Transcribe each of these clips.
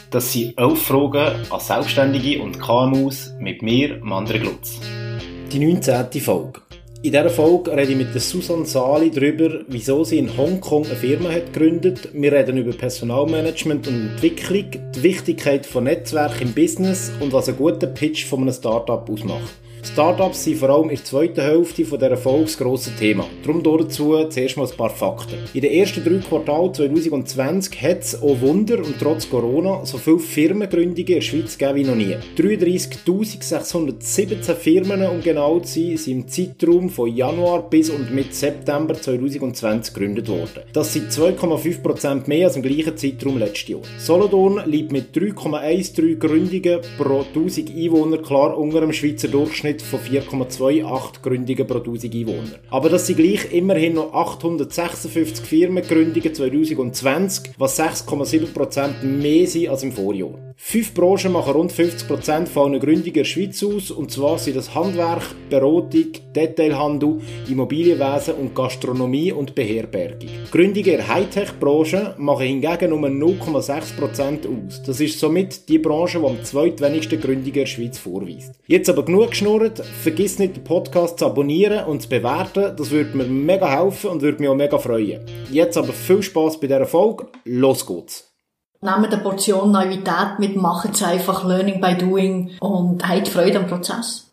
Das sind 11 Fragen an Selbstständige und KMUs mit mir, Mandre Glutz. Die 19. Folge. In dieser Folge rede ich mit der Susanne Sali darüber, wieso sie in Hongkong eine Firma hat gegründet. Wir reden über Personalmanagement und Entwicklung, die Wichtigkeit von Netzwerken im Business und was einen guten Pitch von einem Startup ausmacht. Startups sind vor allem in der zweiten Hälfte dieser Folge das grosse Thema. Darum dazu zuerst mal ein paar Fakten. In den ersten 3 Quartalen 2020 hat es, auch Wunder und trotz Corona, so viele Firmengründungen in der Schweiz gegeben wie noch nie. 33.617 Firmen, um genau zu sein, sind im Zeitraum von Januar bis und mit September 2020 gegründet worden. Das sind 2,5% mehr als im gleichen Zeitraum letztes Jahr. Solothurn liegt mit 3,13 Gründungen pro 1000 Einwohner klar unter dem Schweizer Durchschnitt von 4,28 Gründungen pro 1000 Einwohner. Aber das sind gleich immerhin noch 856 Firmengründungen 2020, was 6,7% mehr sind als im Vorjahr. 5 Branchen machen rund 50% von allen Gründungen in der Schweiz aus, und zwar sind das Handwerk, Beratung, Detailhandel, Immobilienwesen und Gastronomie und Beherbergung. Gründungen in der Hightech-Branche machen hingegen nur 0,6% aus. Das ist somit die Branche, die am zweitwenigsten Gründungen in der Schweiz vorweist. Jetzt aber genug geschnurrt, vergiss nicht, den Podcast zu abonnieren und zu bewerten, das würde mir mega helfen und würde mich auch mega freuen. Jetzt aber viel Spass bei dieser Folge, los geht's! Nehmt eine Portion Naivität mit, macht es einfach Learning by Doing und habt Freude am Prozess.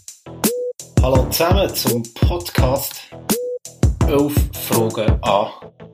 Hallo zusammen zum Podcast 11 Fragen an.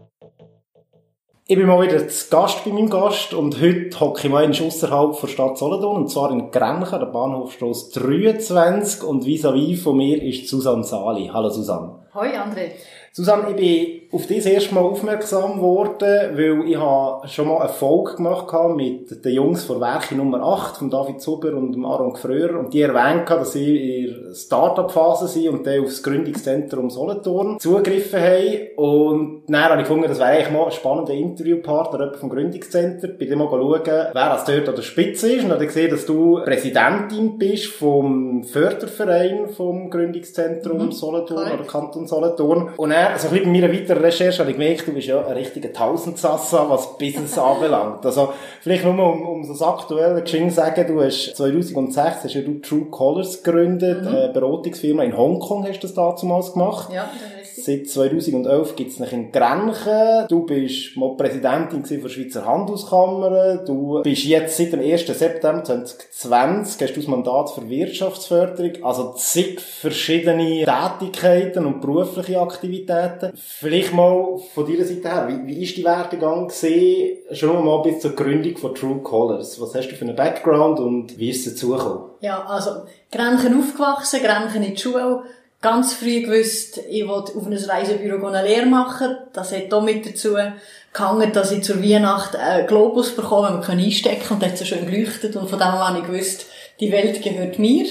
Ich bin mal wieder zu Gast bei meinem Gast und heute hocke ich mal ausserhalb der Stadt Solothurn, und zwar in Grenchen, der Bahnhofstrasse 23, und vis-à-vis von mir ist Susanne Sali. Hallo Susanne. Hoi André. Susanne, ich bin auf dich das erste Mal aufmerksam geworden, weil ich schon mal eine Folge gemacht habe mit den Jungs von Werke Nummer 8, von David Zuber und Aaron Gfröer, und die erwähnt haben, dass sie in der Start-up-Phase sind und dann aufs Gründungszentrum Solothurn zugegriffen haben. Und dann habe ich gefunden, das wäre eigentlich mal ein spannender Interviewpartner vom Gründungszentrum. Bin dann mal schauen, wer das dort an der Spitze ist, und habe gesehen, dass du Präsidentin bist vom Förderverein vom Gründungszentrum Solothurn oder Kanton Solothurn. Und dann, also ein bisschen bei meiner weiteren Recherche habe ich gemerkt, du bist ja ein richtiger Tausendsassa, was Business anbelangt. Also, vielleicht nur um so das aktuelle Geschehen zu sagen, du hast 2006 hast ja du True Colors gegründet, eine Beratungsfirma in Hongkong hast du das damals gemacht. Ja, das ist richtig. Seit 2011 gibt es noch in Grenchen. Du bist mal Präsidentin der Schweizer Handelskammer. Du bist jetzt seit dem 1. September 2020 hast du das Mandat für Wirtschaftsförderung. Also zig verschiedene Tätigkeiten und berufliche Aktivitäten. Vielleicht mal von deiner Seite her, wie ist die Werdegang gesehen, schon mal bis zur Gründung von True Colors? Was hast du für einen Background und wie ist es dazu gekommen? Ja, also Grenchen aufgewachsen, Grenchen in die Schule. Ganz früh gewusst, ich wollte auf einem Reisebüro eine Lehre machen. Das hat auch mit dazu gehangen, dass ich zur Weihnacht einen Globus bekomme, den wir einstecken können, und der hat so schön geleuchtet, und von dem an habe ich gewusst, die Welt gehört mir.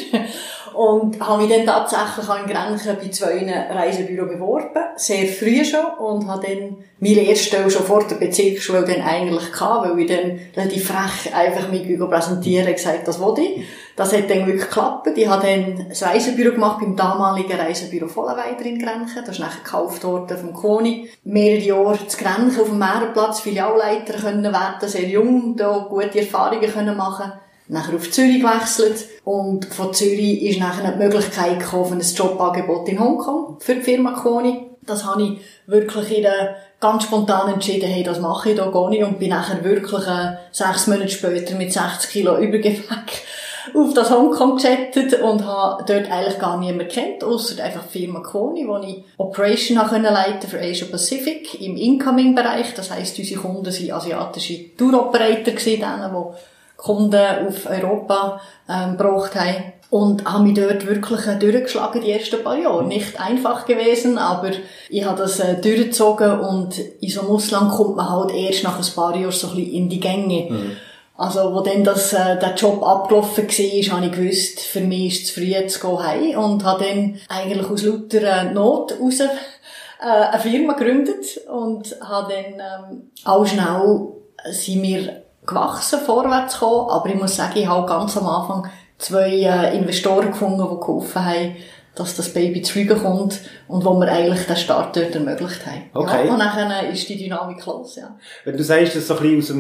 Und habe mich dann tatsächlich in Grenchen bei 2 Reisebüros beworben, sehr früh schon, und habe dann meine Lehrstelle schon vor der Bezirksschule dann eigentlich gehabt, weil ich dann relativ frech einfach mich präsentieren und gesagt, das wollte ich. Das hat dann wirklich geklappt. Ich habe dann ein Reisebüro gemacht beim damaligen Reisebüro Vollenweider in Grenchen. Das ist nachher gekauft worden vom Koni. Mehrere Jahre zu Grenchen auf dem Meerenplatz Filialleiter können werden, sehr jung, da gute Erfahrungen können machen. Nachher auf Zürich gewechselt, und von Zürich ist nachher die Möglichkeit gekommen für ein Jobangebot in Hongkong für die Firma Koni. Das habe ich wirklich ganz spontan entschieden, hey, das mache ich, da gehe ich, und bin nachher wirklich 6 Monate später mit 60 Kilo Übergepäck auf das Hongkong gechattet und habe dort eigentlich gar niemanden kennt, ausser einfach die Firma Koni, wo ich Operation leiten für Asia Pacific im Incoming-Bereich. Das heisst, unsere Kunden waren asiatische Tour-Operator gewesen, die Kunden auf Europa gebraucht haben. Und habe mich dort wirklich durchgeschlagen die ersten paar Jahre. Nicht einfach gewesen, aber ich habe das durchgezogen, und in so einem Ausland kommt man halt erst nach ein paar Jahren so ein bisschen in die Gänge. Also, wo dann der Job abgelaufen war, habe ich gewusst, für mich ist es zu früh zu gehen heim, und habe dann eigentlich aus lauter Not raus eine Firma gegründet, und habe dann auch schnell sind wir gewachsen, vorwärts gekommen, aber ich muss sagen, ich habe ganz am Anfang 2 Investoren gefunden, die geholfen haben, dass das Baby zu fliegen kommt, und wo wir eigentlich den Start dort ermöglicht haben. Okay. Ja, und dann ist die Dynamik los, ja. Wenn du sagst, dass so ein bisschen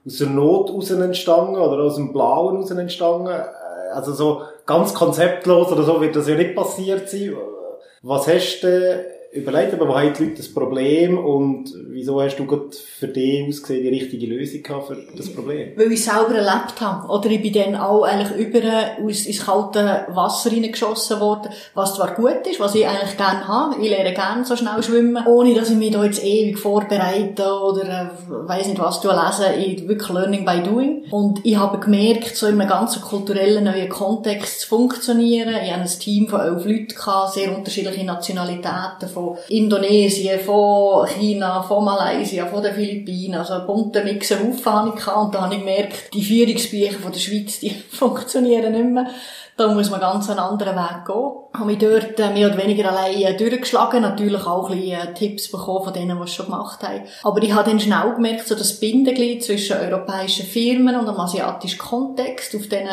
der Not raus entstanden oder aus dem Blauen raus entstanden? Also so ganz konzeptlos oder so wird das ja nicht passiert sein. Was hast du überlegt, aber wo haben die Leute das Problem und wieso hast du gerade für dich ausgesehen die richtige Lösung gehabt für das Problem? Weil ich selber erlebt habe. Oder ich bin dann auch eigentlich ins kalte Wasser reingeschossen worden, was zwar gut ist, was ich eigentlich gerne habe. Ich lerne gerne so schnell schwimmen, ohne dass ich mich da jetzt ewig vorbereite oder weiss nicht was lese. Ich wirklich Learning by Doing. Und ich habe gemerkt, so in einem ganzen kulturellen neuen Kontext zu funktionieren. Ich hatte ein Team von 11 Leuten gehabt, sehr unterschiedliche Nationalitäten, von Indonesien, von China, von Malaysia, von den Philippinen, also einen bunten Mix Haufen hatte ich gehabt. Und da habe ich gemerkt, die Führungsbücher von der Schweiz, die funktionieren nicht mehr. Da muss man ganz einen anderen Weg gehen. Ich habe mich dort mehr oder weniger allein durchgeschlagen, natürlich auch ein bisschen Tipps bekommen von denen, die es schon gemacht haben. Aber ich habe dann schnell gemerkt, so das Bindeglied zwischen europäischen Firmen und dem asiatischen Kontext auf diesen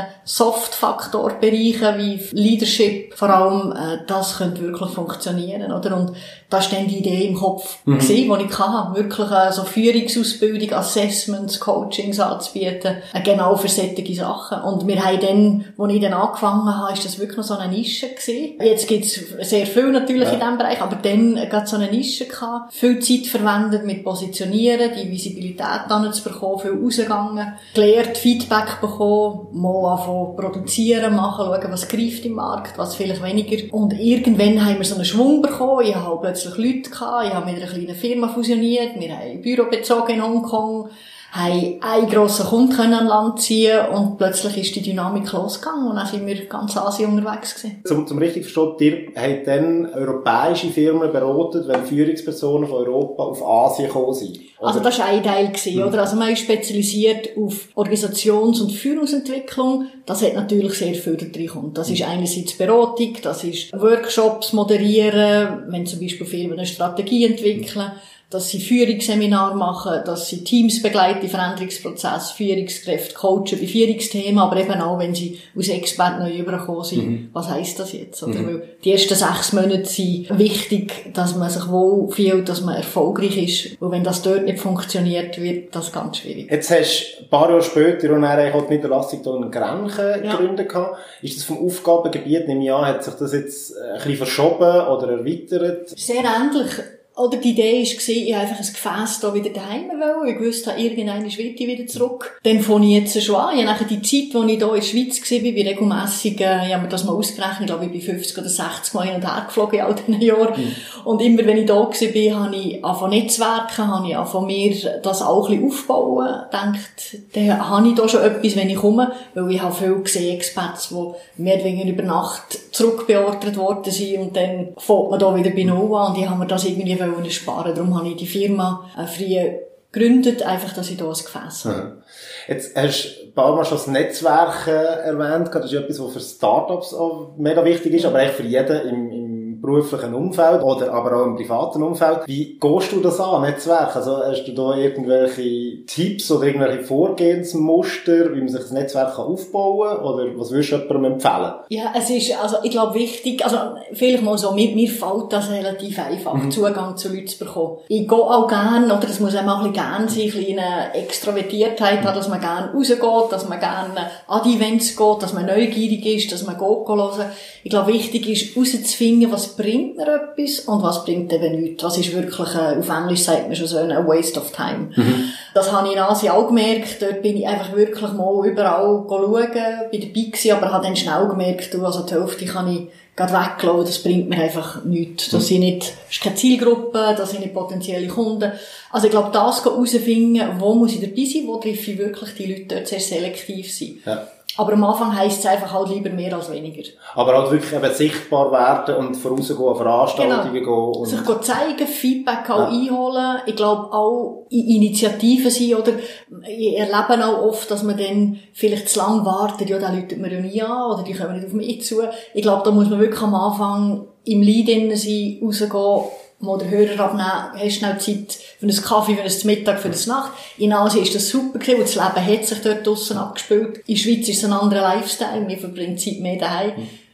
Soft-Faktor-Bereichen wie Leadership vor allem, das könnte wirklich funktionieren, oder? Und da war dann die Idee im Kopf gewesen, die ich hatte, wirklich so Führungsausbildung, Assessments, Coachings anzubieten, genau für solche Sachen. Und wir haben dann, als ich dann angefangen habe, ist das wirklich noch so eine Nische gewesen. Jetzt gibt's sehr viel natürlich in diesem Bereich, aber dann gab so eine Nische gehabt. Viel Zeit verwendet mit Positionieren, die Visibilität dann zu bekommen, viel rausgegangen, gelernt, Feedback bekommen, mal anfangen produzieren, machen, schauen, was greift im Markt, was vielleicht weniger. Und irgendwann haben wir so einen Schwung bekommen. Ich habe plötzlich Leute gehabt, ich habe mit einer kleinen Firma fusioniert, wir haben ein Büro bezogen in Hongkong, haben einen grossen Kunden an Land ziehen und plötzlich ist die Dynamik losgegangen und dann sind wir ganz Asien unterwegs gewesen. Zum richtig verstehen, ihr habt dann europäische Firmen beraten, wenn Führungspersonen von Europa auf Asien gekommen sind? Oder? Also das war ein Teil gewesen, oder? Also man ist spezialisiert auf Organisations- und Führungsentwicklung. Das hat natürlich sehr viel da drin kommt. Das ist einerseits Beratung, das ist Workshops moderieren, wenn zum Beispiel Firmen eine Strategie entwickeln, dass sie Führungsseminare machen, dass sie Teams begleiten, Veränderungsprozess, Führungskräfte coachen bei Führungsthemen, aber eben auch, wenn sie aus Experten neu übergekommen sind. Was heisst das jetzt? Oder? Weil die ersten 6 Monate sind wichtig, dass man sich wohl fühlt, dass man erfolgreich ist. Und wenn das dort nicht funktioniert, wird das ganz schwierig. Jetzt hast du ein paar Jahre später und dann auch die Niederlassung hier in Grenchen gegründet gehabt. Ist das vom Aufgabengebiet, nehme ich an, hat sich das jetzt ein bisschen verschoben oder erweitert? Sehr ähnlich. Oder die Idee war, ich habe einfach ein Gefäß da wieder daheim wollen. Ich wusste, irgendwann will ich wieder zurück. Dann fange ich jetzt schon an. Ich habe nachher die Zeit, als ich hier in der Schweiz war, bin regelmässig, ich habe mir das mal ausgerechnet, ich glaube, ich bin 50 oder 60 Mal hin und her geflogen in all diesen Jahren. Und immer, wenn ich da war, habe ich angefangen Netzwerken, habe ich angefangen mir das auch ein bisschen aufbauen. Denkt, dann habe ich da schon etwas, wenn ich komme, weil ich habe viel gesehen, Experts, die mehr oder weniger über Nacht zurückbeordert worden sind und dann fängt man da wieder bei Null an und ich habe mir das irgendwie sparen. Darum habe ich die Firma früh gegründet, einfach, dass ich da ein Gefäß habe. Jetzt hast du ein paar Mal schon das Netzwerk erwähnt. Das ist etwas, was für Startups auch mega wichtig ist, aber eigentlich für jeden im beruflichen Umfeld oder aber auch im privaten Umfeld. Wie gehst du das an, Netzwerk? Also hast du da irgendwelche Tipps oder irgendwelche Vorgehensmuster, wie man sich das Netzwerk aufbauen kann? Oder was würdest du jemandem empfehlen? Ja, es ist, also, ich glaube, wichtig, also, vielleicht mal so, mir fällt das relativ einfach, Zugang zu Leuten zu bekommen. Ich gehe auch gerne, oder es muss auch mal ein bisschen gerne sein, eine kleine Extrovertiertheit haben, dass man gerne rausgeht, dass man gerne an die Events geht, dass man neugierig ist, dass man geht hören. Ich glaube, wichtig ist, herauszufinden, was bringt mir etwas und was bringt eben nichts. Was ist wirklich, auf Englisch sagt man schon so, ein waste of time. Das habe ich in Asien auch gemerkt. Dort bin ich einfach wirklich mal überall schauen, bin dabei gewesen, aber habe dann schnell gemerkt, also die Hälfte kann ich gerade weglassen, das bringt mir einfach nichts. Das ist keine Zielgruppe, das sind nicht potenzielle Kunden. Also ich glaube, das herausfinden, wo muss ich dabei sein, wo treffe ich wirklich die Leute dort sehr selektiv sein. Ja. Aber am Anfang heisst es einfach halt lieber mehr als weniger. Aber halt wirklich eben sichtbar werden und vorausgehen, Veranstaltungen gehen. Und sich zeigen, Feedback auch einholen. Ich glaube auch Initiativen sein, oder ich erlebe auch oft, dass man dann vielleicht zu lange wartet, ja, da läutet man ja nie an, oder die kommen nicht auf mich zu. Ich glaube, da muss man wirklich am Anfang im Lead drin sein, rausgehen, mal den Hörer abnehmen, hast schnell Zeit für einen Kaffee, für einen Mittag, für eine Nacht. In Asien ist das super gewesen, weil das Leben hat sich dort draussen abgespielt. In der Schweiz ist es ein anderer Lifestyle, wir verbringen Zeit mehr daheim.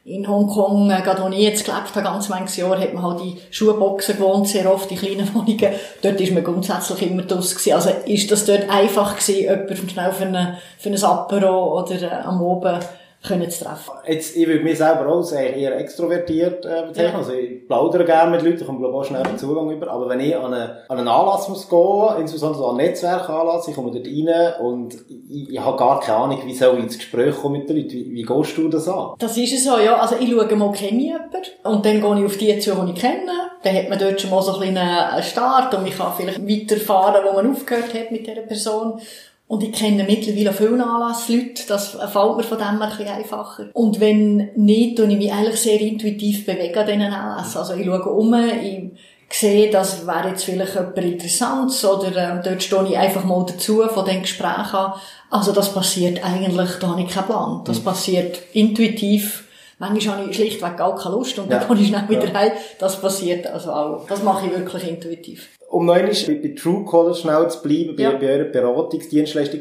In Hongkong, gerade wo ich jetzt gelebt habe, ganz manches Jahr, hat man halt die Schuhboxen gewohnt, sehr oft die kleinen Wohnungen. Dort ist man grundsätzlich immer draus gewesen. Also ist das dort einfach gewesen, jemanden schnell für ein Apero oder am Oben können zu treffen. Jetzt, ich würde mich selber auch eher extrovertiert bezeichnen. Ja. Also ich plaudere gerne mit Leuten, ich komme glaube auch schnell den Zugang über. Aber wenn ich an einen Anlass muss gehen, insbesondere an einen Netzwerkanlass, ich komme dort rein und ich habe gar keine Ahnung, wie soll ich ins Gespräch kommen mit den Leuten. Wie gehst du das an? Das ist es so, ja. Also ich schaue mal, kenne ich jemanden? Und dann gehe ich auf die zu, die ich kenne. Dann hat man dort schon mal so ein einen Start und man kann vielleicht weiterfahren, wo man aufgehört hat mit dieser Person. Und ich kenne mittlerweile viele Anlassleute, das fällt mir von dem her ein bisschen einfacher. Und wenn nicht, tue ich mich eigentlich sehr intuitiv bewegen an diesen Anlässen. Also ich schaue ich sehe, das wäre jetzt vielleicht etwas Interessantes, oder dort stehe ich einfach mal dazu von den Gesprächen an. Also das passiert eigentlich, da habe ich keinen Plan. Das passiert intuitiv. Manchmal habe ich schlichtweg auch keine Lust und dann komme ich schnell wieder heim. Das passiert also auch. Das mache ich wirklich intuitiv. Um noch einmal bei Truecaller schnell zu bleiben, bei eurer Beratungsdienstleistung.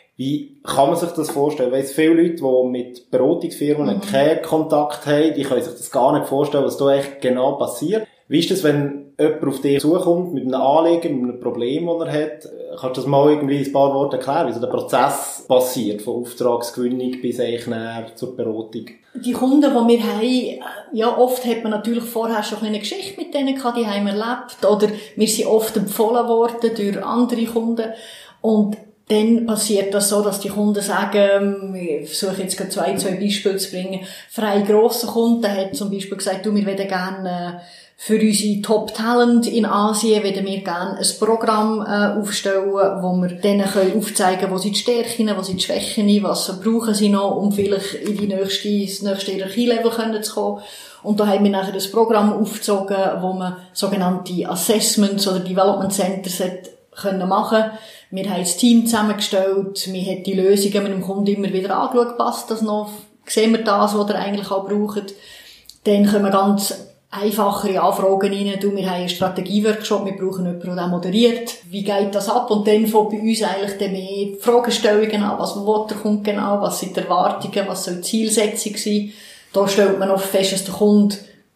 Wie kann man sich das vorstellen? Weil es viele Leute, die mit Beratungsfirmen keinen Kontakt haben, die können sich das gar nicht vorstellen, was da eigentlich genau passiert. Wie ist das, wenn jemand auf dich zukommt mit einem Anliegen, mit einem Problem, das er hat? Kannst du das mal irgendwie in ein paar Worte erklären, wie so der Prozess passiert, von Auftragsgewinnung bis eigentlich näher zur Beratung? Die Kunden, die wir haben, ja, oft hat man natürlich vorher schon eine Geschichte mit denen gehabt, die haben wir erlebt, oder wir sind oft empfohlen worden durch andere Kunden. Und dann passiert das so, dass die Kunden sagen, ich versuche jetzt gerade zwei Beispiele zu bringen. Für einen grossen Kunden, der hat zum Beispiel gesagt, wir würden gerne für unsere Top-Talent in Asien würden wir gerne ein Programm aufstellen, wo wir denen aufzeigen können, wo sind die Stärken, wo sind die Schwächen, was brauchen sie noch, um vielleicht in das nächste Hierarchielevel zu kommen. Und da haben wir nachher das Programm aufgezogen, wo man sogenannte Assessments oder Development Centers machen können. Wir haben das Team zusammengestellt, wir haben die Lösungen mit dem Kunden immer wieder angeschaut, passt das noch, sehen wir das, was er eigentlich auch braucht. Dann können wir ganz einfachere Anfragen rein. Wir haben einen Strategieworkshop, wir brauchen jemanden, der das moderiert. Wie geht das ab? Und dann von bei uns eigentlich dann mehr Fragestellungen an, was will der Kunde genau, was sind die Erwartungen, was soll die Zielsetzung sein. Da stellt man oft fest, dass der Kunde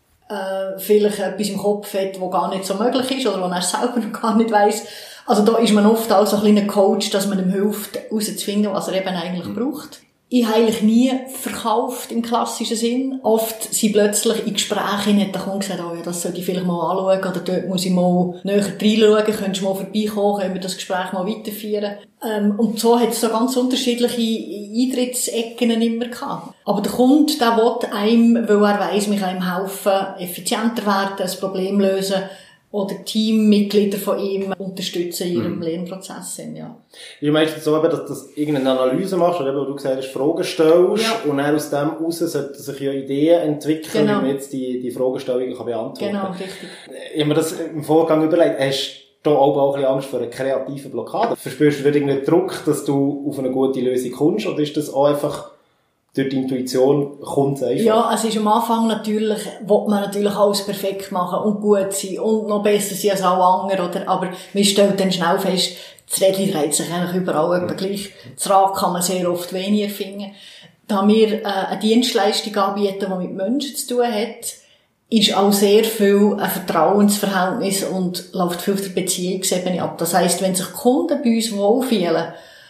vielleicht etwas im Kopf hat, was gar nicht so möglich ist, oder was er selber noch gar nicht weiss. Also da ist man oft auch so ein kleiner Coach, dass man ihm hilft, herauszufinden, was er eben eigentlich braucht. Ich habe eigentlich nie verkauft im klassischen Sinn. Oft sind plötzlich in Gesprächen nicht der Kunde gesagt, oh ja, das sollte ich vielleicht mal anschauen, oder dort muss ich mal näher reinschauen, könntest du mal vorbeikommen, können wir das Gespräch mal weiterführen. Und so hat es so ganz unterschiedliche Eintrittsecken immer gehabt. Aber der Kunde, der will einem, weil er weiss, wir können ihm helfen, effizienter werden, ein Problem lösen, oder Teammitglieder von ihm unterstützen in ihrem Lernprozess sind, ja. Ich meine so eben, dass du irgendeine Analyse machst, oder eben, wo du gesagt hast, Fragen stellst, und dann aus dem heraus sollten sich ja Ideen entwickeln, wie man jetzt die Fragestellungen kann beantworten kann. Genau, richtig. Ich habe mir das im Vorgang überlegt, hast du da auch ein bisschen Angst vor einer kreativen Blockade? Verspürst du irgendeinen Druck, dass du auf eine gute Lösung kommst, oder ist das auch einfach durch die Intuition kommt es einfach? Ja, es ist am Anfang natürlich, will man natürlich alles perfekt machen und gut sein und noch besser sein als alle anderen, oder? Aber man stellt dann schnell fest, das Rädchen dreht sich eigentlich überall etwa gleich. Das Rad kann man sehr oft weniger finden. Da wir eine Dienstleistung anbieten, die mit Menschen zu tun hat, ist auch sehr viel ein Vertrauensverhältnis und läuft viel auf der Beziehungsebene ab. Das heisst, wenn sich Kunden bei uns wohlfühlen,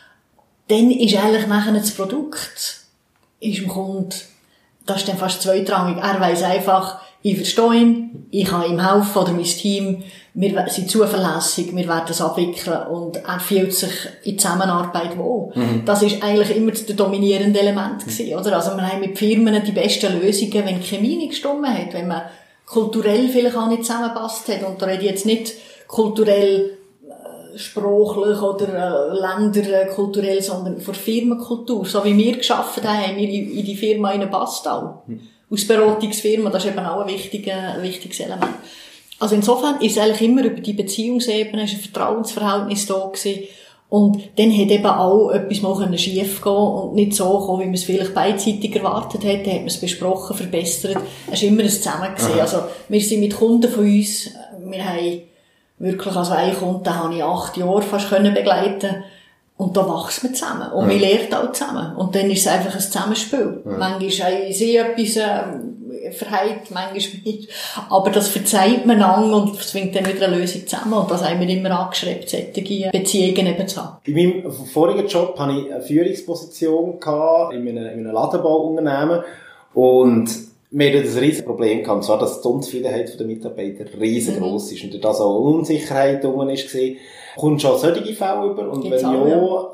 dann ist eigentlich nachher das Produkt ist dem Kunden, das ist dann fast zweitrangig. Er weiss einfach, ich verstehe ihn, ich kann ihm helfen, oder mein Team, wir sind zuverlässig, wir werden es abwickeln, und er fühlt sich in Zusammenarbeit wohl. Das ist eigentlich immer das dominierende Element gewesen, oder? Also wir haben mit Firmen die besten Lösungen, wenn die Chemie nicht gestimmt hat, wenn man kulturell vielleicht auch nicht zusammenpasst hat, und da rede ich jetzt nicht kulturell sprachlich oder länderkulturell, sondern von Firmenkultur. So wie wir gearbeitet haben wir in die Firma in Bastal. Aus Beratungsfirma, das ist eben auch ein wichtiges Element. Also insofern ist es eigentlich immer über die Beziehungsebene, ist ein Vertrauensverhältnis da gewesen. Und dann hat eben auch etwas mal schief gehen und nicht so kommen, wie man es vielleicht beidseitig erwartet hat. Dann hat man es besprochen, verbessert. Es ist immer ein Zusammen gewesen. Also wir sind mit Kunden von uns, wir haben wirklich, also einen Kunden, den habe ich 8 Jahre fast begleiten. Und da wächst man zusammen. Und man lernt auch zusammen. Und dann ist es einfach ein Zusammenspiel. Manchmal haben sie etwas verheilt, manchmal nicht. Aber das verzeiht man an und zwingt dann wieder eine Lösung zusammen. Und das haben wir immer angestrebt, solche Beziehungen eben zu haben. In meinem vorigen Job hatte ich eine Führungsposition in einem Ladenbauunternehmen. Und wir hatten ein riesiges Problem gehabt. Und zwar, dass die Unzufriedenheit der Mitarbeiter riesengroß ist. Und da so Unsicherheit drin war. Kommst du auch solche Fälle über? Und Gibt's wenn auch, ja,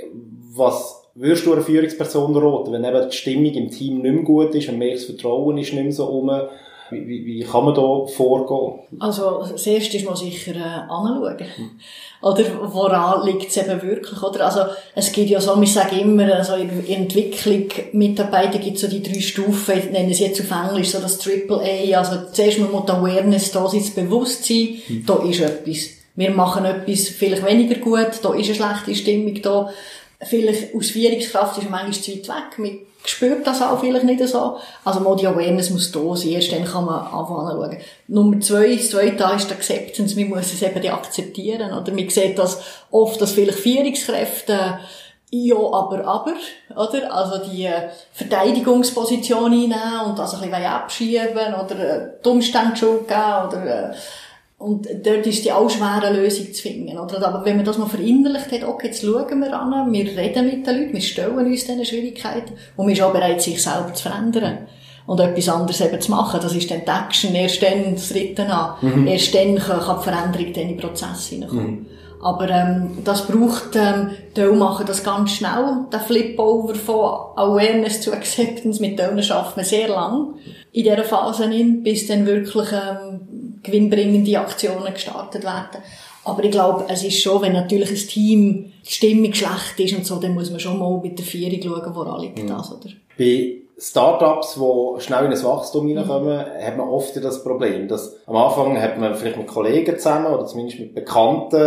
was würdest du einer Führungsperson raten, wenn eben die Stimmung im Team nicht mehr gut ist und mehr das Vertrauen ist nicht mehr so rum? Wie kann man da vorgehen? Also, das Erste ist mal sicher anschauen. Oder woran liegt es eben wirklich? Oder? Also, es gibt ja so, ich sage immer, also in Entwicklung, Mitarbeiter gibt es so die 3 Stufen, ich nenne es jetzt auf Englisch, so das AAA, also zuerst mal die Awareness, da ist das Bewusstsein, da ist etwas. Wir machen etwas vielleicht weniger gut, da ist eine schlechte Stimmung da. Vielleicht aus Führungskraft ist man manchmal zu weit weg. Man spürt das auch vielleicht nicht so. Also mal die Awareness muss da sein. Erst dann kann man anfangen zu schauen. Nummer 2, das zweite ist die Acceptance. Man muss es eben akzeptieren. Oder man sieht das oft, dass vielleicht Führungskräfte ja, aber, oder? Also die Verteidigungsposition einnehmen und das ein bisschen abschieben oder die Umstände schuld geben oder und dort ist die auch schwer, eine Lösung zu finden, oder? Aber wenn man das mal verinnerlicht hat, okay, jetzt schauen wir an, wir reden mit den Leuten, wir stellen uns diesen Schwierigkeiten und wir sind auch bereit, sich selber zu verändern und etwas anderes eben zu machen. Das ist dann die Action, erst dann das Ritten an. Erst dann kann die Veränderung in den Prozess hineinkommen. Aber das braucht, die machen das ganz schnell, der Flip-Over von Awareness zu Acceptance, mit denen schafft man sehr lang in dieser Phase hin, bis dann wirklich gewinnbringende Aktionen gestartet werden. Aber ich glaube, es ist schon, wenn natürlich ein Team die Stimmung schlecht ist und so, dann muss man schon mal mit der Führung schauen, woran liegt das, oder? Bei Startups, die schnell in ein Wachstum reinkommen, hat man oft das Problem, dass am Anfang hat man vielleicht mit Kollegen zusammen oder zumindest mit Bekannten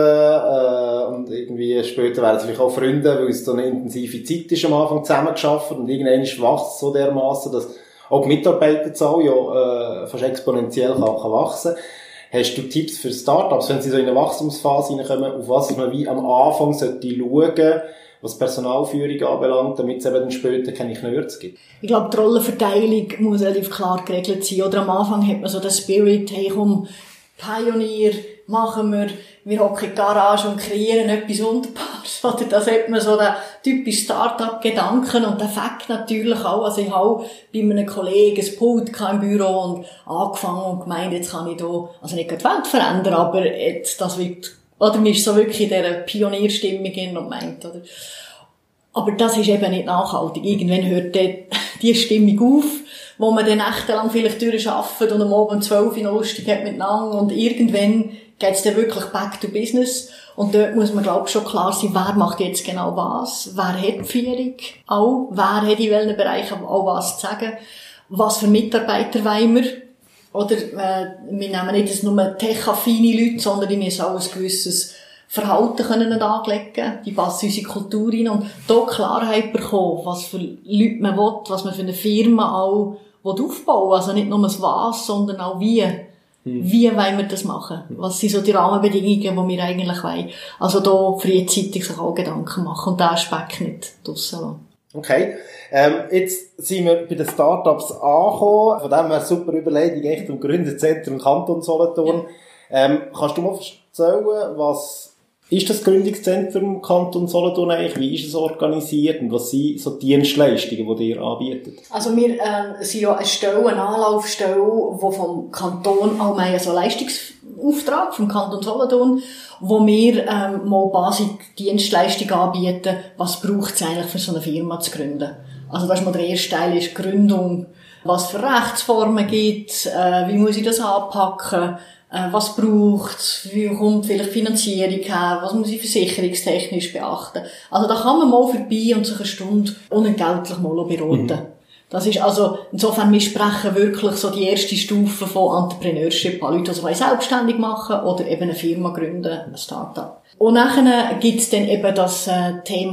und irgendwie später werden es vielleicht auch Freunde, weil es so eine intensive Zeit ist am Anfang zusammengeschafft und irgendwann wächst es so dermassen, dass auch die Mitarbeiterzahl ja fast exponentiell kann wachsen. Hast du Tipps für Startups, wenn sie so in eine Wachstumsphase reinkommen, auf was man wie am Anfang sollte schauen, was Personalführung anbelangt, damit es eben dann später keine Knörze gibt? Ich glaube, die Rollenverteilung muss relativ klar geregelt sein. Oder am Anfang hat man so den Spirit, hey komm, Pionier, machen wir hocken in die Garage und kreieren etwas Wunderbares. Oder das hat man so den typischen Start-up-Gedanken und den Fakt natürlich auch. Also ich habe bei einem Kollegen ein Pult im Büro und angefangen und gemeint, jetzt kann ich da, also nicht die Welt verändern, aber jetzt, das wird, oder man ist so wirklich in dieser Pionierstimmung hin und meint, oder? Aber das ist eben nicht nachhaltig. Irgendwann hört die Stimmung auf, wo man dann nächtelang vielleicht durcharbeitet und am Abend 12 Uhr lustig hat miteinander und irgendwann geht's dann wirklich back to business. Und dort muss man, glaube ich, schon klar sein, wer macht jetzt genau was, wer hat die Führung auch, wer hat in welchen Bereichen auch was zu sagen, was für Mitarbeiter wollen wir. Oder wir nehmen nicht nur tech-affine Leute, sondern die müssen auch ein gewisses Verhalten können anlegen, die passen in unsere Kultur rein und da Klarheit bekommen, was für Leute man will, was man für eine Firma auch aufbauen will. Also nicht nur das Was, sondern auch wie. Wie wollen wir das machen? Was sind so die Rahmenbedingungen, die wir eigentlich wollen? Also da frühzeitig sich auch Gedanken machen und den Aspekt nicht draussen lassen. Okay. Jetzt sind wir bei den Startups angekommen. Von dem her super Überlegung, echt im Gründerzentrum Kanton Solothurn. Kannst du mal erzählen, was ist das Gründungszentrum Kanton Solothurn eigentlich? Wie ist es organisiert und was sind so die Dienstleistungen, die ihr anbietet? Also wir sind ja eine Anlaufstelle, die vom Kanton auch mehr so Leistungsauftrag vom Kanton Solothurn, wo wir mal Basisdienstleistungen anbieten, was braucht es eigentlich für so eine Firma zu gründen. Also das ist mal der erste Teil, ist Gründung, was für Rechtsformen gibt, wie muss ich das anpacken, was braucht's, wie kommt vielleicht Finanzierung her, was muss ich versicherungstechnisch beachten. Also da kann man mal vorbei und sich eine Stunde unentgeltlich mal beraten. Das ist also, insofern, wir sprechen wirklich so die erste Stufe von Entrepreneurship an Leute, die sich selbstständig machen oder eben eine Firma gründen, ein Start-up. Und nachher gibt's dann eben das Thema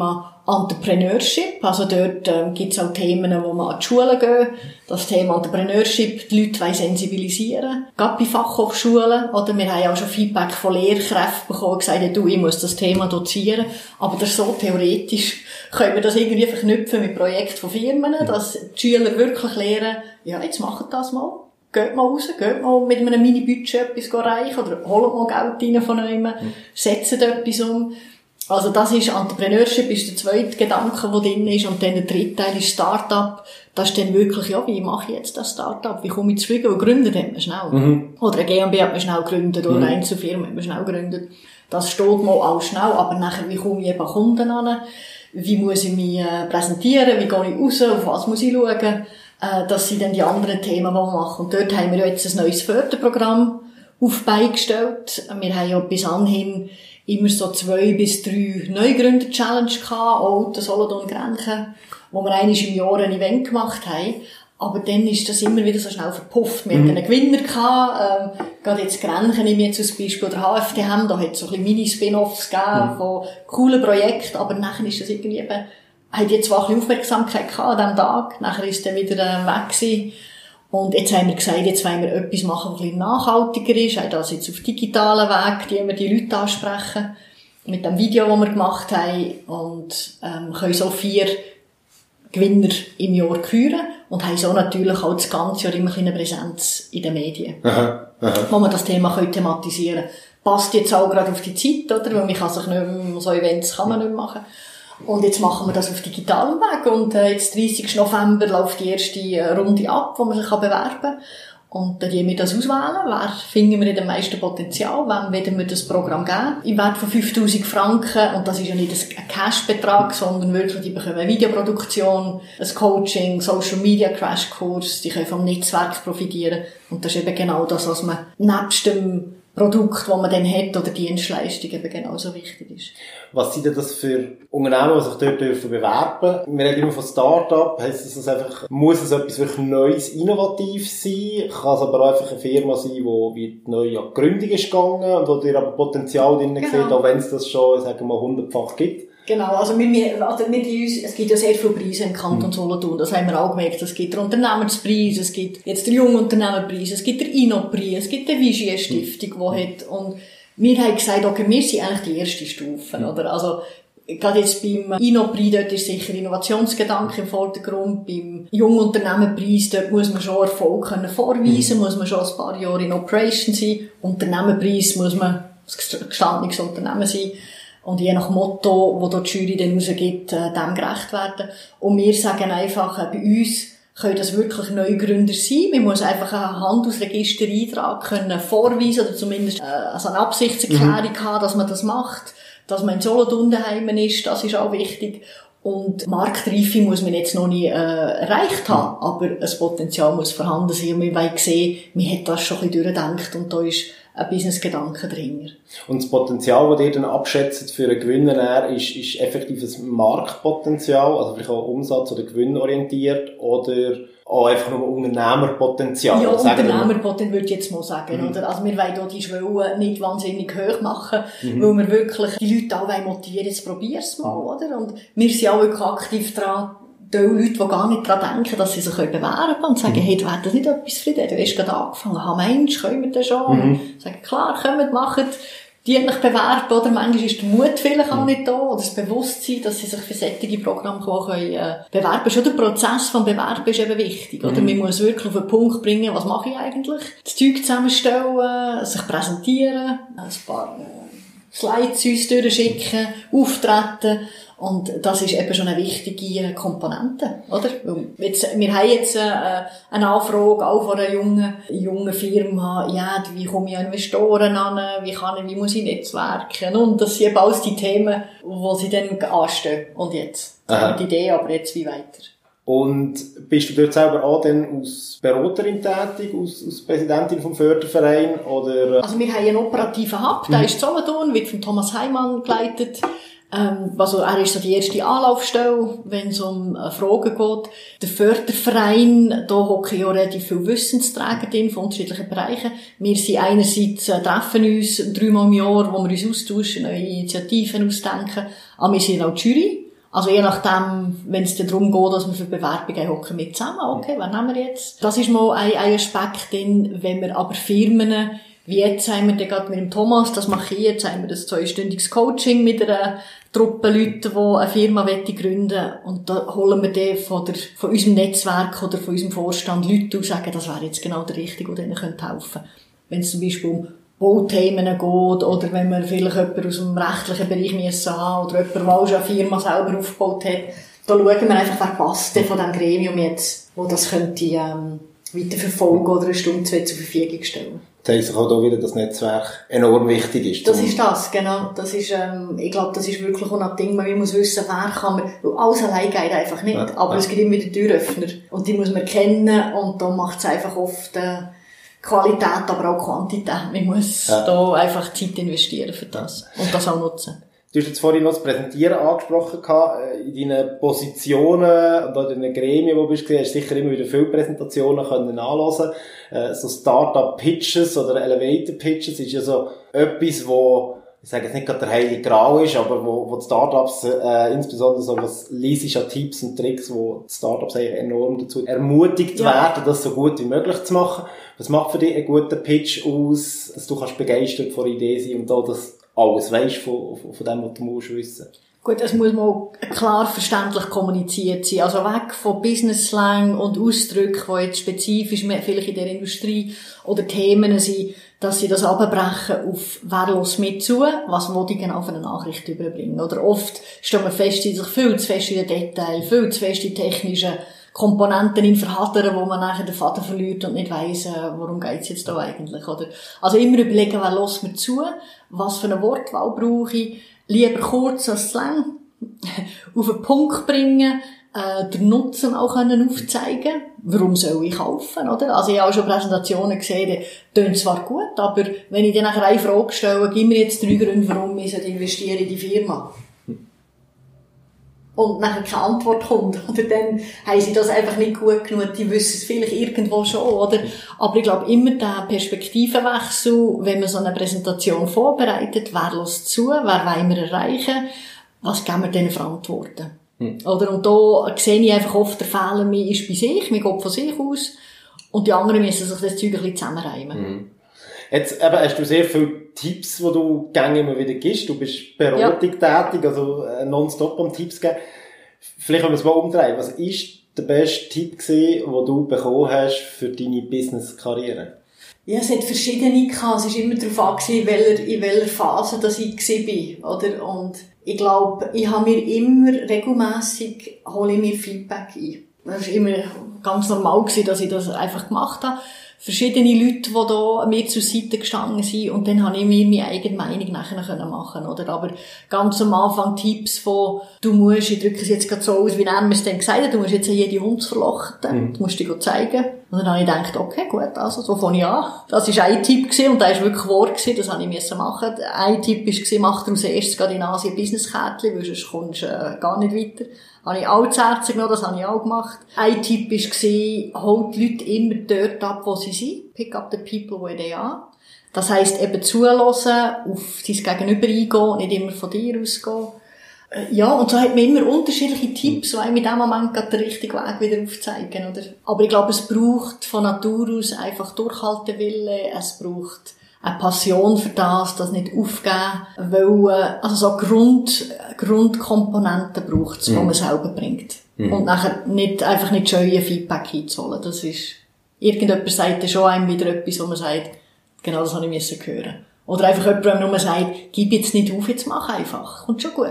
Entrepreneurship. Also dort gibt's auch Themen, wo man an die Schulen gehen. Das Thema Entrepreneurship, die Leute sensibilisieren. Gerade bei Fachhochschulen, oder? Wir haben ja auch schon Feedback von Lehrkräften bekommen, gesagt, du, ich muss das Thema dozieren. Aber das ist so theoretisch. Können wir das irgendwie verknüpfen mit Projekten von Firmen, dass die Schüler wirklich lernen, ja, jetzt macht das mal. Geht mal raus, geht mal mit einem Mini-Budget etwas reichen oder holt mal Geld rein von jemandem, setzt etwas um. Also das ist Entrepreneurship, ist der zweite Gedanke, der drin ist. Und dann der dritte Teil ist Start-up. Das ist dann wirklich, ja, wie mache ich jetzt das Start-up? Wie komme ich zu Fliegen? Und gründen hat man schnell. Oder eine GmbH hat man schnell gegründet, oder eine Einzelfirma hat man schnell gegründet. Das steht mal auch schnell, aber nachher, wie komme ich eben Kunden an? Wie muss ich mich präsentieren? Wie gehe ich raus? Auf was muss ich schauen? Das sind dann die anderen Themen, die wir machen. Und dort haben wir jetzt ein neues Förderprogramm aufbeigestellt. Wir haben ja bis anhin immer so 2 bis 3 Neugründer-Challenge gehabt, Olten, Solothurn, Grenchen, wo wir einmal im Jahr ein Event gemacht haben. Aber dann ist das immer wieder so schnell verpufft. Wir hatten einen Gewinner gehabt, gerade jetzt Grenchen nehme ich jetzt als Beispiel, oder HFTM, da hat es so ein bisschen Mini-Spin-Offs gegeben von coolen Projekten, aber nachher ist das irgendwie eben, hat jetzt zwar ein bisschen Aufmerksamkeit gehabt an diesem Tag, nachher ist dann wieder weg gewesen. Und jetzt haben wir gesagt, jetzt wollen wir etwas machen, was ein bisschen nachhaltiger ist, auch das jetzt auf digitalen Weg, die Leute ansprechen, mit dem Video, das wir gemacht haben, und können so 4 Gewinner im Jahr küren und haben so natürlich auch das ganze Jahr immer eine Präsenz in den Medien, wo man das Thema thematisieren können. Passt jetzt auch gerade auf die Zeit, oder? Weil man kann sich nicht mehr, so Events kann man nicht mehr machen. Und jetzt machen wir das auf digitalem Weg. Und jetzt 30. November läuft die erste Runde ab, wo man sich bewerben kann. Und dann wir das auswählen. Wer finden wir in dem meisten Potenzial? Wem werden wir das Programm geben? Im Wert von 5'000 Franken. Und das ist ja nicht ein Cash-Betrag, sondern wirklich, die bekommen eine Videoproduktion, ein Coaching, Social Media Crashkurs, die können vom Netzwerk profitieren. Und das ist eben genau das, was man nebst dem Produkt, das man dann hat, oder Dienstleistung eben genauso wichtig ist. Was sind denn das für Unternehmen, die sich dort bewerben dürfen? Wir reden immer von Start-up. Heisst das einfach, muss es etwas wirklich Neues, Innovatives sein? Kann es aber auch einfach eine Firma sein, die neu an die Gründung ist gegangen und wo ihr aber Potenzial drin seht, auch wenn es das schon, sagen wir mal, 100-fach gibt? Genau, also es gibt ja sehr viele Preise im Kanton Solothurn, das haben wir auch gemerkt. Es gibt den Unternehmenspreis, es gibt jetzt den Jungunternehmerpreis, es gibt den INO-Preis, es gibt die Vigie-Stiftung, die hat. Und wir haben gesagt, okay, wir sind eigentlich die erste Stufe, oder? Also, gerade jetzt beim INO-Preis, dort ist sicher Innovationsgedanke im Vordergrund. Beim Jungunternehmerpreis, dort muss man schon Erfolg vorweisen, muss man schon ein paar Jahre in Operation sein. Unternehmerpreis muss man ein gestandenes Unternehmen sein. Und je nach Motto, wo dort die Jury dann rausgibt, dem gerecht werden. Und wir sagen einfach, bei uns können das wirklich Neugründer sein. Man muss einfach einen Handelsregistereintrag können vorweisen, oder zumindest also eine Absichtserklärung haben, dass man das macht, dass man in Solothurn daheim ist, das ist auch wichtig. Und Marktreife muss man jetzt noch nicht erreicht haben, aber das Potenzial muss vorhanden sein. Und wir wollen sehen, man hat das schon ein bisschen durchgedacht und da ist ein Business-Gedanke drin. Und das Potenzial, das ihr dann abschätzt für einen Gewinner, ist effektiv ein Marktpotenzial, also vielleicht auch Umsatz- oder Gewinnorientiert, oder auch einfach nur Unternehmerpotenzial? Ja, Unternehmerpotenzial würde ich jetzt mal sagen, oder? Also wir wollen hier die Schwelle nicht wahnsinnig hoch machen, weil wir wirklich die Leute auch motivieren, jetzt probier's mal, oder? Und wir sind auch wirklich aktiv dran, die Leute, die gar nicht daran denken, dass sie sich bewerben können und sagen, hey, du hättest nicht etwas für dich, du hast gerade angefangen, Mensch, können wir das schon? Sagen, klar, kommt, macht, die nicht bewerben, oder? Manchmal ist der Mut vielleicht auch nicht da, oder das Bewusstsein, dass sie sich für solche Programme bewerben können. Schon der Prozess vom Bewerben ist eben wichtig, oder? Man muss wirklich auf den Punkt bringen, was mache ich eigentlich? Das Zeug zusammenstellen, sich präsentieren, ein paar Slides uns durchschicken, auftreten. Und das ist eben schon eine wichtige Komponente, oder? Wir haben jetzt eine Anfrage auch von einer jungen Firma, ja, wie komme ich an Investoren an, wie muss ich netzwerken? Und das sind eben alles die Themen, wo sie dann anstehen. Und jetzt. Die Idee, aber jetzt wie weiter. Und bist du dort selber auch dann als Beraterin tätig, als Präsidentin vom Förderverein, oder? Also wir haben einen operativen Hub, der ist Solothurn, wird von Thomas Heimann geleitet. Also er ist so die erste Anlaufstelle, wenn es um Fragen geht. Der Förderverein, da hocken ja relativ viele Wissensträger drin von unterschiedlichen Bereichen. Wir sind einerseits, treffen uns 3-mal im Jahr, wo wir uns austauschen, neue Initiativen ausdenken. Aber wir sind auch die Jury. Also je nachdem, wenn es darum geht, dass wir für Bewerbungen hocken mit zusammen, okay, wen nehmen wir jetzt? Das ist mal ein Aspekt drin, wenn wir aber Firmen, wie jetzt haben wir gerade mit dem Thomas, das mache ich jetzt, haben wir das 2-stündiges Coaching mit einer Truppe Leute, die eine Firma gründen wollen. Und da holen wir dann von unserem Netzwerk oder von unserem Vorstand Leute aus, sagen, das wäre jetzt genau der Richtige, der denen helfen könnte. Wenn es zum Beispiel um Bauthemen geht, oder wenn wir vielleicht jemanden aus dem rechtlichen Bereich müssen haben, oder jemanden, der auch schon eine Firma selber aufgebaut hat, da schauen wir einfach, wer passt denn von diesem Gremium jetzt, wo das könnte, weiterverfolgen oder eine Stunde, 2 zur Verfügung stellen. Zeigt sich auch da wieder, dass das Netzwerk enorm wichtig ist. Das ist das, genau. Das ist, ich glaube, das ist wirklich auch ein Ding, man muss wissen, wer kann man, weil alles allein geht einfach nicht. Ja, aber es gibt immer wieder Türöffner. Und die muss man kennen, und da macht es einfach oft, Qualität, aber auch Quantität. Man muss da einfach Zeit investieren für das. Und das auch nutzen. Du hast jetzt vorhin noch das Präsentieren angesprochen in deinen Positionen und in den Gremien, wo du bist, hast du sicher immer wieder viele Präsentationen können anhören. So Startup-Pitches oder Elevator-Pitches ist ja so etwas, wo, ich sage jetzt nicht gerade der heilige Gral ist, aber wo die Startups, insbesondere so was liest an Tipps und Tricks, wo die Startups eigentlich enorm dazu ermutigt werden, das so gut wie möglich zu machen. Was macht für dich einen guten Pitch aus, dass du kannst begeistert von der Idee sein und da das alles weisst von dem, was du musst wissen? Gut, es muss mal klar verständlich kommuniziert sein. Also weg von Business-Slang und Ausdrücken, die jetzt spezifisch vielleicht in der Industrie oder Themen sind, dass sie das abbrechen auf wer los mit zu, was will ich genau für eine Nachricht überbringen. Oder oft stehen wir fest, sie sich viel zu fest in den Details, viel zu fest in technischen Komponenten in verhadern, wo man nachher den Faden verliert und nicht weiss, worum geht's jetzt da eigentlich, oder? Also immer überlegen, wer los mir zu, was für eine Wortwahl brauche ich, lieber kurz als zu lang, auf den Punkt bringen, den Nutzen auch aufzeigen, warum soll ich kaufen, oder? Also ich habe auch schon Präsentationen gesehen, die tönen zwar gut, aber wenn ich dann nachher eine Frage stelle, gib mir jetzt 3 Gründe, warum ich investiere in die Firma. Und nachher keine Antwort kommt, oder dann haben sie das einfach nicht gut genug, die wissen es vielleicht irgendwo schon, oder? Aber ich glaube, immer der Perspektivenwechsel, wenn man so eine Präsentation vorbereitet, wer lässt zu, wer wollen wir erreichen, was geben wir denen verantworten? Oder? Und da sehe ich einfach oft, der Fehler, man ist bei sich, man geht von sich aus, und die anderen müssen sich das Zeug ein bisschen zusammenreimen. Jetzt eben hast du sehr viele Tipps, die du gerne immer wieder gibst. Du bist Beratung tätig, also nonstop am Tipps geben. Vielleicht können wir es mal umdrehen. Was ist der beste Tipp gewesen, den du bekommen hast für deine Business-Karriere? Ja, es hat verschiedene gehabt. Es ist immer darauf angewiesen, in welcher Phase dass ich war, oder? Und ich glaube, ich habe mir immer regelmässig, hole ich mir Feedback ein. Das war immer ganz normal gewesen, dass ich das einfach gemacht habe. Verschiedene Leute, die da mir zur Seite gestanden sind, und dann habe ich mir meine eigene Meinung nachher machen, oder? Aber ganz am Anfang Tipps von, du musst, ich drücke es jetzt gerade so aus, wie er mir es dann gesagt hat, du musst jetzt jede Hund verlochten, du musst dich zeigen. Und dann habe ich gedacht, okay, gut, also, so fange ich an. Das war ein Tipp gewesen, und der war wirklich wahr gewesen, das habe ich müssen machen. Ein Tipp war, mach daraus erst gerade in Asien Business-Kärtchen, weil sonst kommst du gar nicht weiter. Habe ich auch zu Herzen genommen, das habe ich auch gemacht. Ein Tipp war, holt die Leute immer dort ab, wo sie sind. Pick up the people where they are. Das heisst, eben zuhören, auf sein Gegenüber eingehen, nicht immer von dir ausgehen. Ja, und so hat man immer unterschiedliche Tipps, die einem in dem Moment gerade den richtigen Weg wieder aufzeigen, oder? Aber ich glaube, es braucht von Natur aus einfach Durchhaltewille, es braucht eine Passion für das nicht aufgeben, weil, also so Grundkomponenten braucht es, die man selber bringt. Und nachher einfach nicht scheuen, Feedback einzuholen. Das ist, irgendjemand sagt dann schon einem wieder etwas, wo man sagt, genau das habe ich hören müssen. Oder einfach jemand, der nur sagt, gib jetzt nicht auf, jetzt mach einfach. Kommt schon gut.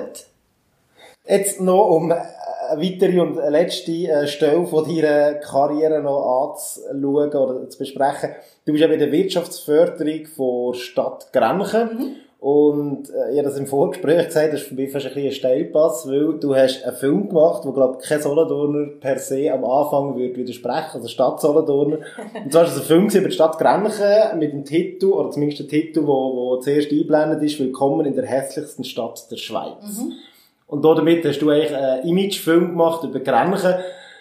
Jetzt noch um eine weitere und letzte Stelle von deiner Karriere noch anzuschauen oder zu besprechen. Du bist ja bei der Wirtschaftsförderung von Stadt Grenchen. Und ich habe das im Vorgespräch gesagt, das ist für mich fast ein bisschen ein Steilpass, weil du hast einen Film gemacht, wo, glaube ich, kein Solothurner per se am Anfang würde widersprechen, also Stadt Solothurner. Und zwar war es ein Film über die Stadt Grenchen mit dem Titel, oder zumindest der Titel, wo zuerst eingeblendet ist, «Willkommen in der hässlichsten Stadt der Schweiz». Und damit hast du eigentlich einen Imagefilm gemacht über Grenchen.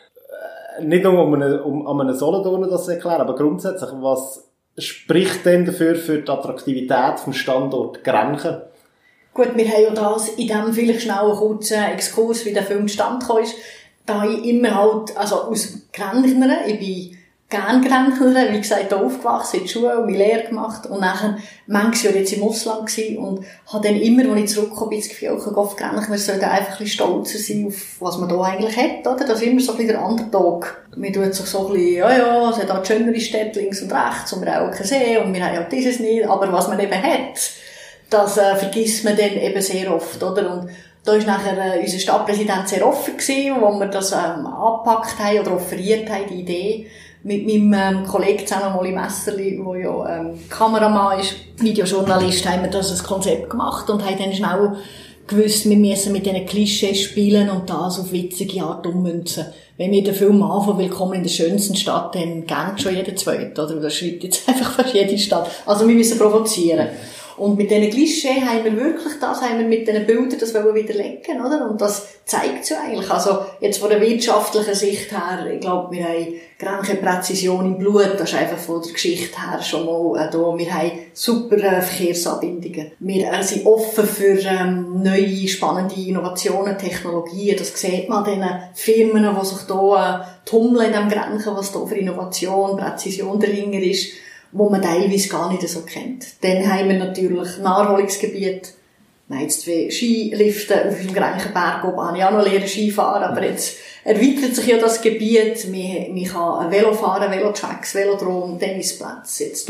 Nicht nur um einen Solothurner das zu erklären, aber grundsätzlich, was spricht denn dafür für die Attraktivität vom Standort Grenchen? Gut, wir haben ja das in dem vielleicht schnell einen kurzen Exkurs, wie der Film zustande gekommen ist, da ich immer halt, also aus Grenchner, ich bin gern Grenchner, wie gesagt, da aufgewachsen, in der Schule, meine Lehre gemacht und nachher manches Jahr jetzt im Ausland gewesen und habe dann immer, als ich zurückgekommen bin, das Gefühl, auf Grenchner sollte einfach ein bisschen stolzer sein auf was man da eigentlich hat, oder? Das ist immer so ein bisschen der Underdog. Man tut sich so ein bisschen, ja, es hat auch schönere Städte links und rechts und wir haben auch keinen See und wir haben auch dieses nicht, aber was man eben hat, das vergisst man dann eben sehr oft, oder? Und da war nachher unser Stadtpräsident sehr offen gewesen, wo wir das angepackt haben oder offeriert haben, die Idee. Mit meinem Kollegen zusammen, Molly Messerli, der ja Kameramann ist, Videojournalist, haben wir das ein Konzept gemacht und haben dann schnell gewusst, wir müssen mit diesen Klischees spielen und das auf witzige Art ummünzen. Wenn wir den Film anfangen, Willkommen in der schönsten Stadt, dann gängt schon jeder Zweite, oder? Das schreibt jetzt einfach fast jede Stadt. Also wir müssen provozieren. Und mit diesen Klischees haben wir wirklich das, haben wir mit diesen Bildern das wollen widerlegen, oder? Und das zeigt ja eigentlich. Also, jetzt von der wirtschaftlichen Sicht her, ich glaube, wir haben Grenchen-Präzision im Blut, das ist einfach von der Geschichte her schon mal da. Wir haben super Verkehrsanbindungen. Wir sind offen für neue, spannende Innovationen, Technologien. Das sieht man an diesen Firmen, die sich da tummeln in diesem Grenchen, was da für Innovation, Präzision dahinter ist, wo man teilweise gar nicht so kennt. Dann haben wir natürlich Naherholungsgebiete. Wir haben jetzt 2 Skilifte auf dem Grenchenberg oben. Habe ich auch noch lernen Skifahren, aber jetzt erweitert sich ja das Gebiet. Man kann Velo fahren, Velotracks, Velodrom, Tennisplätze, jetzt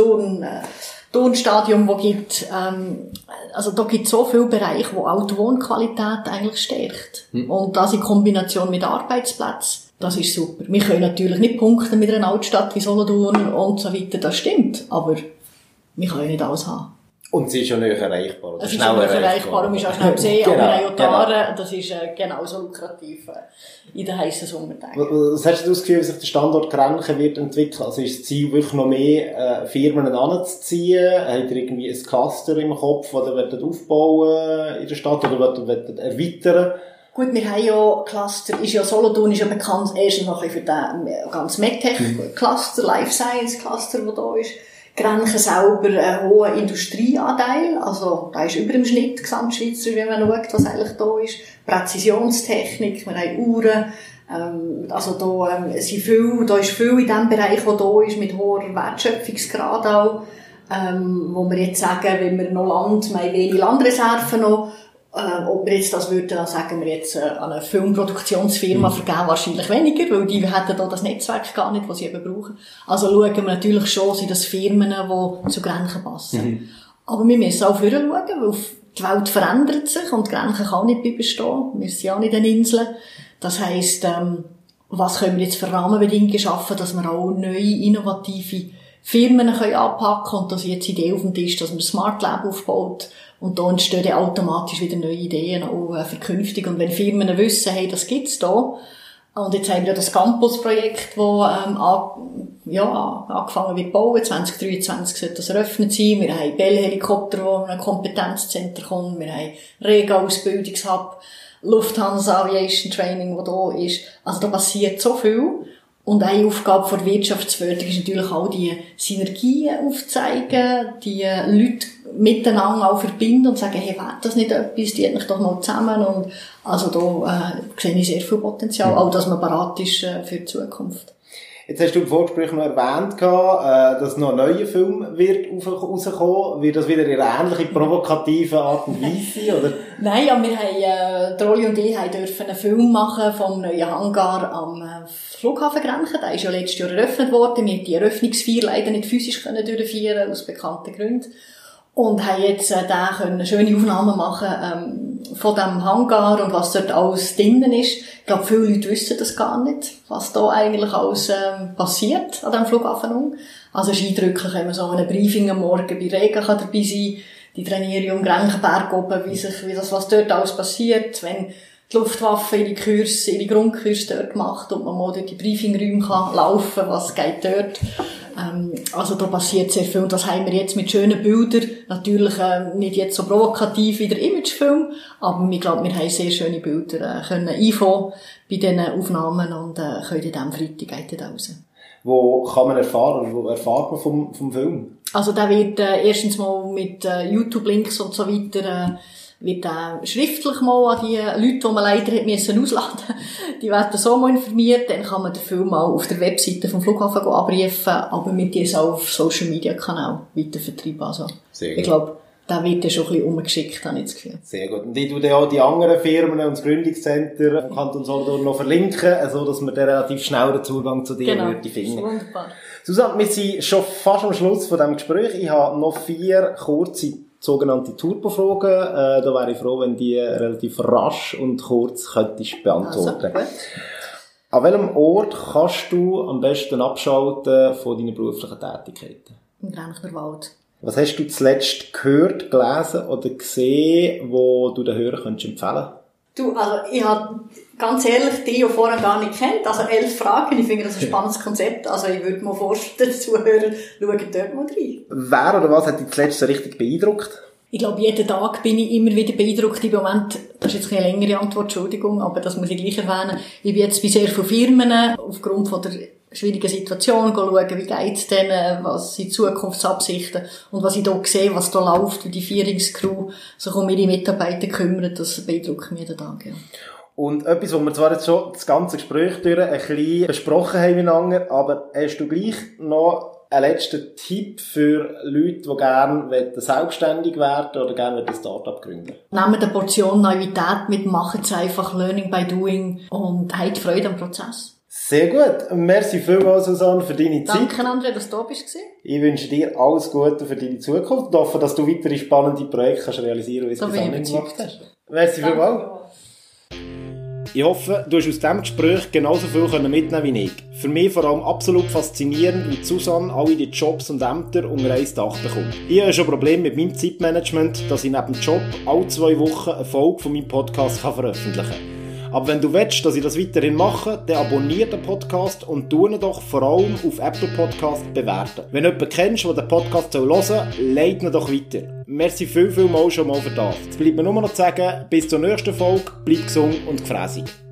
Turnstadium, wo gibt, also da gibt es so viele Bereiche, wo auch die Wohnqualität eigentlich stärkt. Und das in Kombination mit Arbeitsplätzen. Das ist super. Wir können natürlich nicht punkten mit einer Altstadt wie Solothurn und so weiter, das stimmt. Aber wir können nicht alles haben. Und sie ist ja nicht erreichbar. Es ist schnell erreichbar und man ist auch schnell sehen. Genau, aber wir haben ja Tare, das ist genauso lukrativ in den heissen Sommertagen. Was hast du das Gefühl, wie sich der Standort Grenchen wird entwickeln? Also ist das Ziel wirklich noch mehr Firmen anzuziehen? Habt ihr irgendwie ein Cluster im Kopf, das ihr aufbauen in der Stadt oder wollt erweitern? Gut, wir haben ja Cluster, Solothurn ist ja bekannt, erstens noch ein bisschen für den ganz MedTech-Cluster, Life Science-Cluster, der da ist. Grenchen selber einen hohen Industrieanteil, also da ist über dem Schnitt Gesamtschweizer, wenn man schaut, was eigentlich da ist. Präzisionstechnik, wir haben Uhren, also da ist viel in dem Bereich, der da ist, mit hoher Wertschöpfungsgrad auch, wo wir jetzt sagen, wenn wir noch wir haben wenig Landreserven noch, ob wir jetzt das würden, sagen wir jetzt, an eine Filmproduktionsfirma vergeben, wahrscheinlich weniger, weil die hätten da das Netzwerk gar nicht, das sie eben brauchen. Also schauen wir natürlich schon, sind das Firmen, die zu Grenchen passen. Aber wir müssen auch vorher schauen, weil die Welt verändert sich und Grenchen kann nicht bleiben stehen. Wir sind ja nicht eine Insel. Das heisst, was können wir jetzt für Rahmenbedingungen schaffen, dass wir auch neue, innovative Firmen anpacken können und dass jetzt die Idee auf dem Tisch, dass man ein Smart Lab aufbaut und da entstehen automatisch wieder neue Ideen auch für künftig. Und wenn Firmen wissen, hey, das gibt's da, und jetzt haben wir das Campus-Projekt, das angefangen wird zu bauen, 2023 sollte das eröffnet sein, wir haben Bell-Helikopter, wo ein Kompetenzzentrum kommt, wir haben Rega-Ausbildungshub, Lufthansa Aviation Training, wo da ist. Also da passiert so viel. Und eine Aufgabe der Wirtschaftsförderung ist natürlich auch, die Synergien aufzuzeigen, die Leute miteinander auch verbinden und sagen, hey, wäre das nicht etwas, die hätten doch mal zusammen. Und also da sehe ich sehr viel Potenzial, auch dass man bereit ist für die Zukunft. Jetzt hast du im Vorgespräch noch erwähnt, dass noch ein neuer Film wird rauskommen. Wird das wieder in einer ähnlichen provokativen Art und Weise sein, oder? Nein, ja, wir haben, Rolli und ich dürfen einen Film machen vom neuen Hangar am Flughafen Grenchen. Der ist ja letztes Jahr eröffnet worden. Wir haben die Eröffnungsfeier leider nicht physisch durchführen, aus bekannten Gründen. Und haben jetzt da schöne Aufnahmen machen von dem Hangar und was dort alles drinnen ist. Ich glaube, viele Leute wissen das gar nicht, was da eigentlich alles passiert an diesem Flughafen. Also es ist eindrücklich, wenn man so an einem Briefing am Morgen bei Regen kann dabei sein, die trainieren um Grenchenberg oben, was dort alles passiert, wenn die Luftwaffe ihre Grundkurse dort macht und man mal durch die Briefingräume kann laufen, was geht dort. Also da passiert sehr viel. Und das haben wir jetzt mit schönen Bildern. Natürlich nicht jetzt so provokativ wie der Imagefilm, aber ich glaube, wir haben sehr schöne Bilder können einfangen bei diesen Aufnahmen und können in diesem Freitag geht raus. Wo kann man erfahren? Wo erfahrt man vom Film? Also der wird erstens mal mit YouTube-Links und so weiter wird auch schriftlich mal an die Leute, die man leider ausladen musste, die werden so mal informiert, dann kann man den Film mal auf der Webseite vom Flughafen abrufen, aber mit diesen auch auf Social Media Kanal weitervertreiben. Also, ich glaube, da wird ja schon ein bisschen umgeschickt, habe ich das Gefühl. Sehr gut. Und ich tue dann auch die anderen Firmen und das Gründungscenter vom Kanton Solothurn noch verlinken, so dass man dann relativ schnell den Zugang zu dir finden. Genau, wunderbar. Susanne, wir sind schon fast am Schluss von diesem Gespräch. Ich habe noch 4 kurze sogenannte Turbo-Fragen. Da wäre ich froh, wenn die relativ rasch und kurz könntest beantworten. Also, an welchem Ort kannst du am besten abschalten von deinen beruflichen Tätigkeiten? Im Grenchner Wald. Was hast du zuletzt gehört, gelesen oder gesehen, wo du den Hörern empfehlen könntest? Du, also ich habe ganz ehrlich die vorher gar nicht kennt. Also 11 Fragen, ich finde das ein spannendes Konzept. Also ich würde mir vorstellen, die Zuhörer schauen dort mal rein. Wer oder was hat dich zuletzt so richtig beeindruckt? Ich glaube, jeden Tag bin ich immer wieder beeindruckt. Im Moment, das ist jetzt eine längere Antwort, Entschuldigung, aber das muss ich gleich erwähnen. Ich bin jetzt bei sehr vielen Firmen aufgrund von der schwierigen Situation, schauen, wie geht's denen, was sind Zukunftsabsichten und was ich da sehe, was da läuft, wie die Führungscrew sich um ihre Mitarbeiter kümmert, das beeindruckt mich jeden Tag, ja. Und etwas, was wir zwar jetzt schon das ganze Gespräch durch ein bisschen besprochen haben miteinander, aber hast du gleich noch einen letzten Tipp für Leute, die gerne selbstständig werden oder gerne ein Start-up gründen? Nehmt eine Portion Naivität mit, macht es einfach, Learning by Doing und habt Freude am Prozess. Sehr gut. Merci vielmals, Susanne, für deine Zeit. Danke, André, dass du da bist. Ich wünsche dir alles Gute für deine Zukunft und hoffe, dass du weitere spannende Projekte kannst realisieren kannst, wie du es gemacht hast. Merci vielmals. Ich hoffe, du hast aus diesem Gespräch genauso viel mitnehmen wie ich. Für mich vor allem absolut faszinierend, wie Susanne alle die Jobs und Ämter unter ein Dach bekommt. Ich habe schon Probleme mit meinem Zeitmanagement, dass ich neben dem Job alle 2 Wochen eine Folge von meinem Podcast veröffentlichen kann. Aber wenn du willst, dass ich das weiterhin mache, dann abonniere den Podcast und tu ihn doch vor allem auf Apple Podcast bewerten. Wenn du jemanden kennst, der den Podcast hören soll, leite ihn doch weiter. Merci viel mal schon mal für das. Jetzt bleibt mir nur noch zu sagen, bis zur nächsten Folge, bleib gesund und gefräßig.